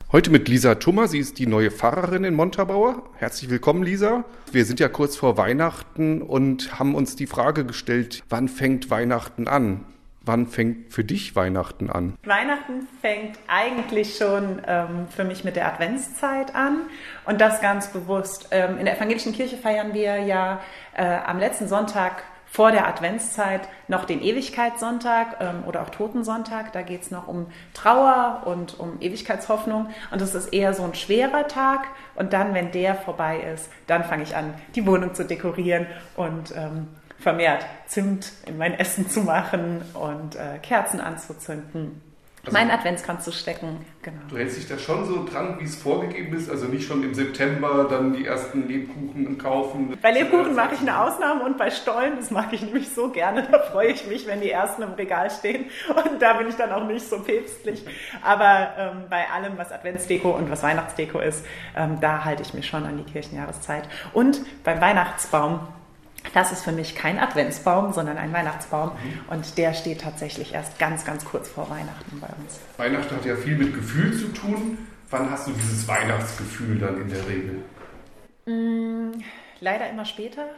Heute mit Lisa Thummer. Sie ist die neue Pfarrerin in Montabaur. Herzlich willkommen, Lisa. Wir sind ja kurz vor Weihnachten und haben uns die Frage gestellt, wann fängt Weihnachten an? Wann fängt für dich Weihnachten an? Weihnachten fängt eigentlich schon für mich mit der Adventszeit an und das ganz bewusst. In der evangelischen Kirche feiern wir ja am letzten Sonntag vor der Adventszeit noch den Ewigkeitssonntag oder auch Totensonntag. Da geht es noch um Trauer und um Ewigkeitshoffnung. Und das ist eher so ein schwerer Tag. Und dann, wenn der vorbei ist, dann fange ich an, die Wohnung zu dekorieren und vermehrt Zimt in mein Essen zu machen und Kerzen anzuzünden. Also meinen Adventskranz zu stecken, genau. Du hältst dich da schon so dran, wie es vorgegeben ist? Also nicht schon im September dann die ersten Lebkuchen kaufen? Bei Lebkuchen mache ich eine Ausnahme und bei Stollen, das mag ich nämlich so gerne, da freue ich mich, wenn die ersten im Regal stehen und da bin ich dann auch nicht so päpstlich. Aber bei allem, was Adventsdeko und was Weihnachtsdeko ist, da halte ich mich schon an die Kirchenjahreszeit. Und beim Weihnachtsbaum, das ist für mich kein Adventsbaum, sondern ein Weihnachtsbaum. Und der steht tatsächlich erst ganz, ganz kurz vor Weihnachten bei uns. Weihnachten hat ja viel mit Gefühl zu tun. Wann hast du dieses Weihnachtsgefühl dann in der Regel? Leider immer später.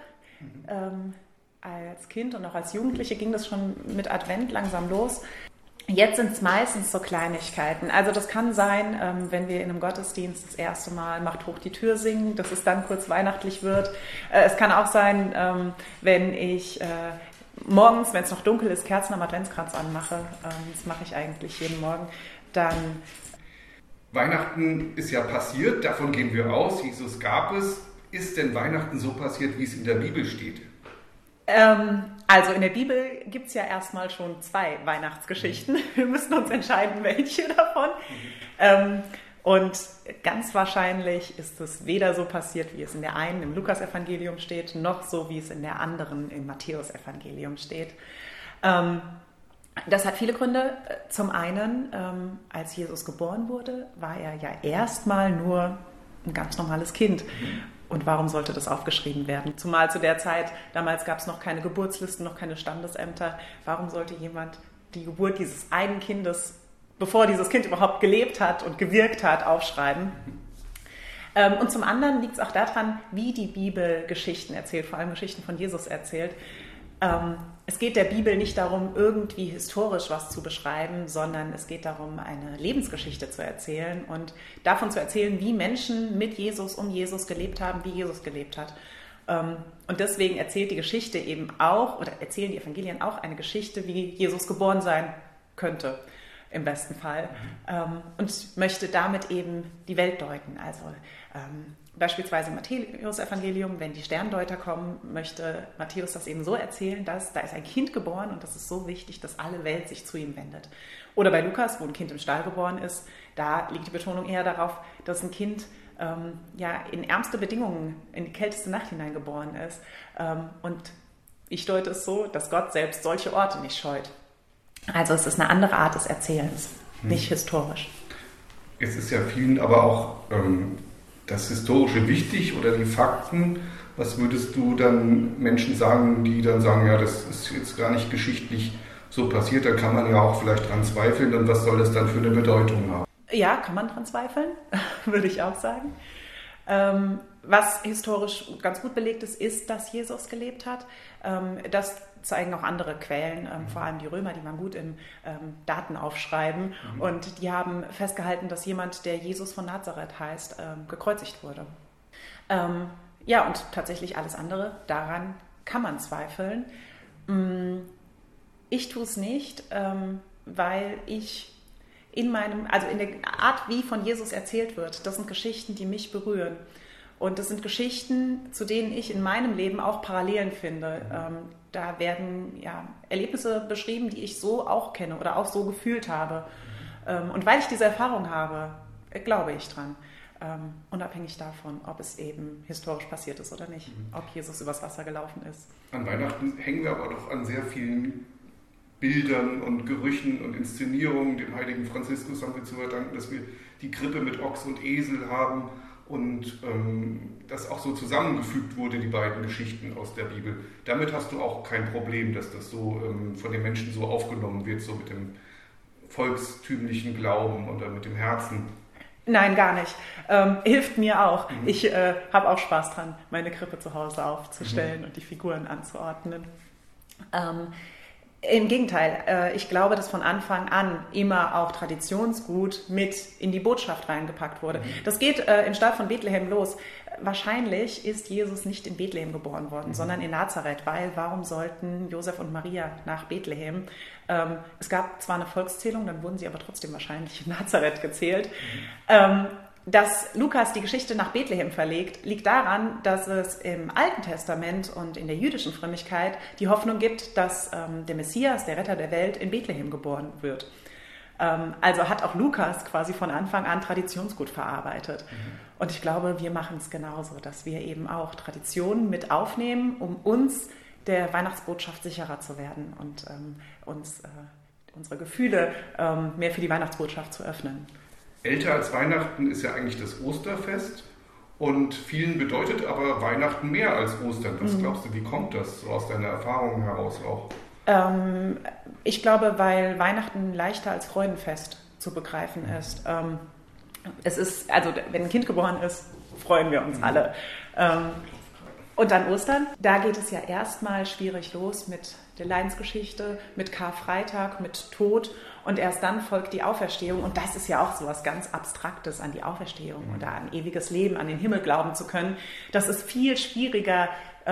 Als Kind und auch als Jugendliche ging das schon mit Advent langsam los. Jetzt sind es meistens so Kleinigkeiten. Also das kann sein, wenn wir in einem Gottesdienst das erste Mal "Macht hoch die Tür" singen, dass es dann kurz weihnachtlich wird. Es kann auch sein, wenn ich morgens, wenn es noch dunkel ist, Kerzen am Adventskranz anmache. Das mache ich eigentlich jeden Morgen. Dann Weihnachten ist ja passiert, davon gehen wir aus. Jesus gab es. Ist denn Weihnachten so passiert, wie es in der Bibel steht? Also in der Bibel gibt es ja erstmal schon 2 Weihnachtsgeschichten. Wir müssen uns entscheiden, welche davon. Und ganz wahrscheinlich ist es weder so passiert, wie es in der einen im Lukas-Evangelium steht, noch so, wie es in der anderen im Matthäus-Evangelium steht. Das hat viele Gründe. Zum einen, als Jesus geboren wurde, war er ja erstmal nur ein ganz normales Kind. Und warum sollte das aufgeschrieben werden? Zumal zu der Zeit, damals gab es noch keine Geburtslisten, noch keine Standesämter. Warum sollte jemand die Geburt dieses einen Kindes, bevor dieses Kind überhaupt gelebt hat und gewirkt hat, aufschreiben? Und zum anderen liegt es auch daran, wie die Bibel Geschichten erzählt, vor allem Geschichten von Jesus erzählt. Es geht der Bibel nicht darum, irgendwie historisch was zu beschreiben, sondern es geht darum, eine Lebensgeschichte zu erzählen und davon zu erzählen, wie Menschen mit Jesus, um Jesus gelebt haben, wie Jesus gelebt hat. Und deswegen erzählt die Geschichte eben auch, oder erzählen die Evangelien auch eine Geschichte, wie Jesus geboren sein könnte, im besten Fall. Und möchte damit eben die Welt deuten. Also beispielsweise im Matthäus-Evangelium, wenn die Sterndeuter kommen, möchte Matthäus das eben so erzählen, dass da ist ein Kind geboren und das ist so wichtig, dass alle Welt sich zu ihm wendet. Oder bei Lukas, wo ein Kind im Stall geboren ist, da liegt die Betonung eher darauf, dass ein Kind in ärmste Bedingungen, in die kälteste Nacht hineingeboren ist. Und ich deute es so, dass Gott selbst solche Orte nicht scheut. Also es ist eine andere Art des Erzählens, nicht historisch. Es ist ja vielen aber auch das Historische wichtig oder die Fakten. Was würdest du dann Menschen sagen, die dann sagen, ja, das ist jetzt gar nicht geschichtlich so passiert, da kann man ja auch vielleicht dran zweifeln und was soll das dann für eine Bedeutung haben? Ja, kann man dran zweifeln, würde ich auch sagen. Was historisch ganz gut belegt ist, dass Jesus gelebt hat. Das zeigen auch andere Quellen, vor allem die Römer, die waren gut im Daten aufschreiben. Und die haben festgehalten, dass jemand, der Jesus von Nazareth heißt, gekreuzigt wurde. Ja, und tatsächlich alles andere, daran kann man zweifeln. Ich tue es nicht, weil ich in der Art, wie von Jesus erzählt wird, das sind Geschichten, die mich berühren. Und das sind Geschichten, zu denen ich in meinem Leben auch Parallelen finde. Da werden Erlebnisse beschrieben, die ich so auch kenne oder auch so gefühlt habe. Und weil ich diese Erfahrung habe, glaube ich dran. Unabhängig davon, ob es eben historisch passiert ist oder nicht. Ob Jesus übers Wasser gelaufen ist. An Weihnachten hängen wir aber doch an sehr vielen Bildern und Gerüchen und Inszenierungen. Dem heiligen Franziskus haben wir zu verdanken, dass wir die Krippe mit Ochs und Esel haben. Und das auch so zusammengefügt wurde, die beiden Geschichten aus der Bibel. Damit hast du auch kein Problem, dass das so von den Menschen so aufgenommen wird, so mit dem volkstümlichen Glauben oder mit dem Herzen. Nein, gar nicht. Hilft mir auch. Ich habe auch Spaß dran, meine Krippe zu Hause aufzustellen und die Figuren anzuordnen. Im Gegenteil, ich glaube, dass von Anfang an immer auch Traditionsgut mit in die Botschaft reingepackt wurde. Das geht im Stall von Bethlehem los. Wahrscheinlich ist Jesus nicht in Bethlehem geboren worden, sondern in Nazareth, weil warum sollten Josef und Maria nach Bethlehem? Es gab zwar eine Volkszählung, dann wurden sie aber trotzdem wahrscheinlich in Nazareth gezählt. Dass Lukas die Geschichte nach Bethlehem verlegt, liegt daran, dass es im Alten Testament und in der jüdischen Frömmigkeit die Hoffnung gibt, dass der Messias, der Retter der Welt, in Bethlehem geboren wird. Also hat auch Lukas quasi von Anfang an Traditionsgut verarbeitet. Und ich glaube, wir machen es genauso, dass wir eben auch Traditionen mit aufnehmen, um uns der Weihnachtsbotschaft sicherer zu werden und uns unsere Gefühle mehr für die Weihnachtsbotschaft zu öffnen. Älter als Weihnachten ist ja eigentlich das Osterfest und vielen bedeutet aber Weihnachten mehr als Ostern. Was glaubst du, wie kommt das so aus deiner Erfahrung heraus auch? Ich glaube, weil Weihnachten leichter als Freudenfest zu begreifen ist. Es ist, also wenn ein Kind geboren ist, freuen wir uns alle. Und dann Ostern, da geht es ja erstmal schwierig los mit der Leidensgeschichte, mit Karfreitag, mit Tod und erst dann folgt die Auferstehung und das ist ja auch so was ganz Abstraktes, an die Auferstehung oder an ewiges Leben, an den Himmel glauben zu können. Das ist viel schwieriger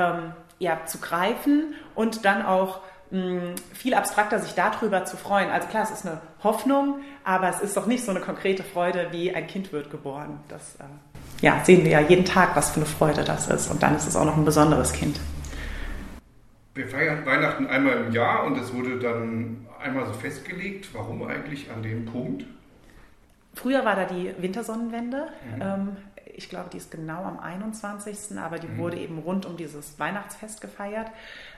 zu greifen und dann auch viel abstrakter, sich darüber zu freuen. Also klar, es ist eine Hoffnung, aber es ist doch nicht so eine konkrete Freude, wie ein Kind wird geboren. Das sehen wir ja jeden Tag, was für eine Freude das ist. Und dann ist es auch noch ein besonderes Kind. Wir feiern Weihnachten einmal im Jahr und es wurde dann einmal so festgelegt. Warum eigentlich an dem Punkt? Früher war da die Wintersonnenwende. Ich glaube, die ist genau am 21., aber die wurde eben rund um dieses Weihnachtsfest gefeiert.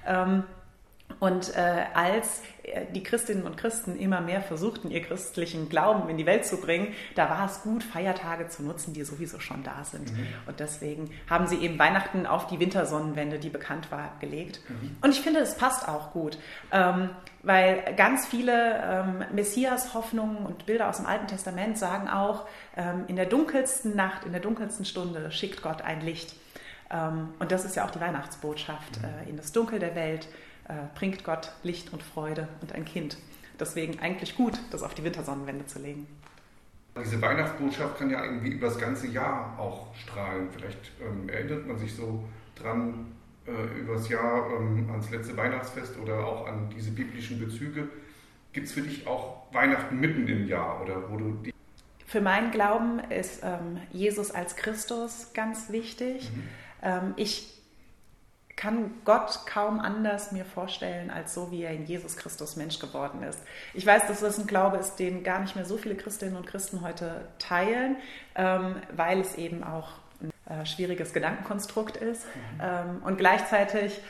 Und als die Christinnen und Christen immer mehr versuchten, ihr christlichen Glauben in die Welt zu bringen, da war es gut, Feiertage zu nutzen, die sowieso schon da sind. Und deswegen haben sie eben Weihnachten auf die Wintersonnenwende, die bekannt war, gelegt. Und ich finde, es passt auch gut, weil ganz viele Messias-Hoffnungen und Bilder aus dem Alten Testament sagen auch, in der dunkelsten Nacht, in der dunkelsten Stunde schickt Gott ein Licht. Und das ist ja auch die Weihnachtsbotschaft, in das Dunkel der Welt bringt Gott Licht und Freude und ein Kind. Deswegen eigentlich gut, das auf die Wintersonnenwende zu legen. Diese Weihnachtsbotschaft kann ja irgendwie über das ganze Jahr auch strahlen. Vielleicht erinnert man sich so dran über das Jahr ans letzte Weihnachtsfest oder auch an diese biblischen Bezüge. Gibt es für dich auch Weihnachten mitten im Jahr? Oder wo du für meinen Glauben ist Jesus als Christus ganz wichtig. Ich kann Gott kaum anders mir vorstellen, als so, wie er in Jesus Christus Mensch geworden ist. Ich weiß, dass das ein Glaube ist, den gar nicht mehr so viele Christinnen und Christen heute teilen, weil es eben auch ein schwieriges Gedankenkonstrukt ist. Und gleichzeitig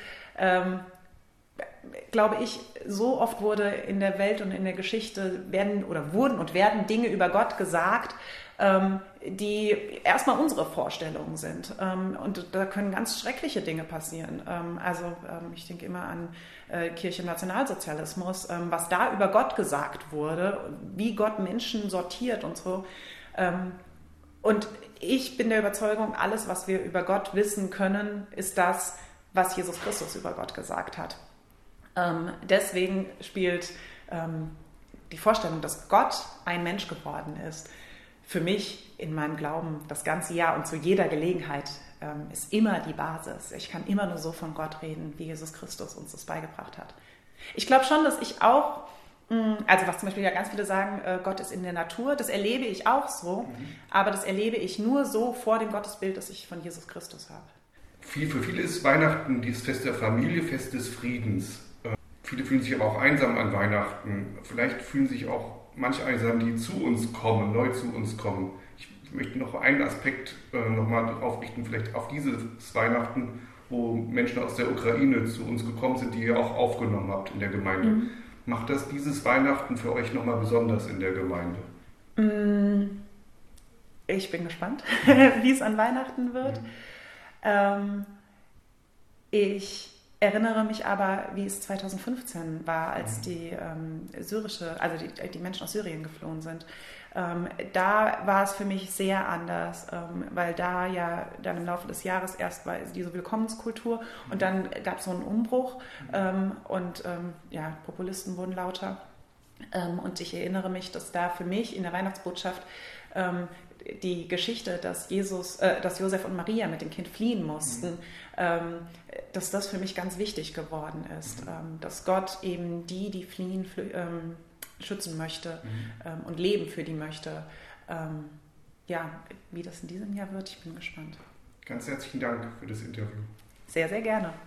glaube ich, so oft wurde in der Welt und in der Geschichte wurden Dinge über Gott gesagt, die erstmal unsere Vorstellungen sind. Und da können ganz schreckliche Dinge passieren. Ich denke immer an Kirche im Nationalsozialismus, was da über Gott gesagt wurde, wie Gott Menschen sortiert und so. Und ich bin der Überzeugung, alles, was wir über Gott wissen können, ist das, was Jesus Christus über Gott gesagt hat. Deswegen spielt die Vorstellung, dass Gott ein Mensch geworden ist, für mich in meinem Glauben das ganze Jahr und zu jeder Gelegenheit ist immer die Basis. Ich kann immer nur so von Gott reden, wie Jesus Christus uns das beigebracht hat. Ich glaube schon, dass ich auch, was zum Beispiel ja ganz viele sagen, Gott ist in der Natur, das erlebe ich auch so, aber das erlebe ich nur so vor dem Gottesbild, das ich von Jesus Christus habe. Für viele ist Weihnachten dieses Fest der Familie, Fest des Friedens. Viele fühlen sich aber auch einsam an Weihnachten. Vielleicht fühlen sich auch manche einsam, die zu uns kommen, neu zu uns kommen. Ich möchte noch einen Aspekt nochmal aufrichten, vielleicht auf dieses Weihnachten, wo Menschen aus der Ukraine zu uns gekommen sind, die ihr auch aufgenommen habt in der Gemeinde. Macht das dieses Weihnachten für euch nochmal besonders in der Gemeinde? Ich bin gespannt, wie es an Weihnachten wird. Ich erinnere mich aber, wie es 2015 war, als die Menschen aus Syrien geflohen sind. Da war es für mich sehr anders, weil da ja dann im Laufe des Jahres erst war diese Willkommenskultur und dann gab es so einen Umbruch und Populisten wurden lauter. Und ich erinnere mich, dass da für mich in der Weihnachtsbotschaft die Geschichte, dass Josef und Maria mit dem Kind fliehen mussten, dass das für mich ganz wichtig geworden ist, dass Gott eben die fliehen, schützen möchte und Leben für die möchte. Wie das in diesem Jahr wird, ich bin gespannt. Ganz herzlichen Dank für das Interview. Sehr, sehr gerne.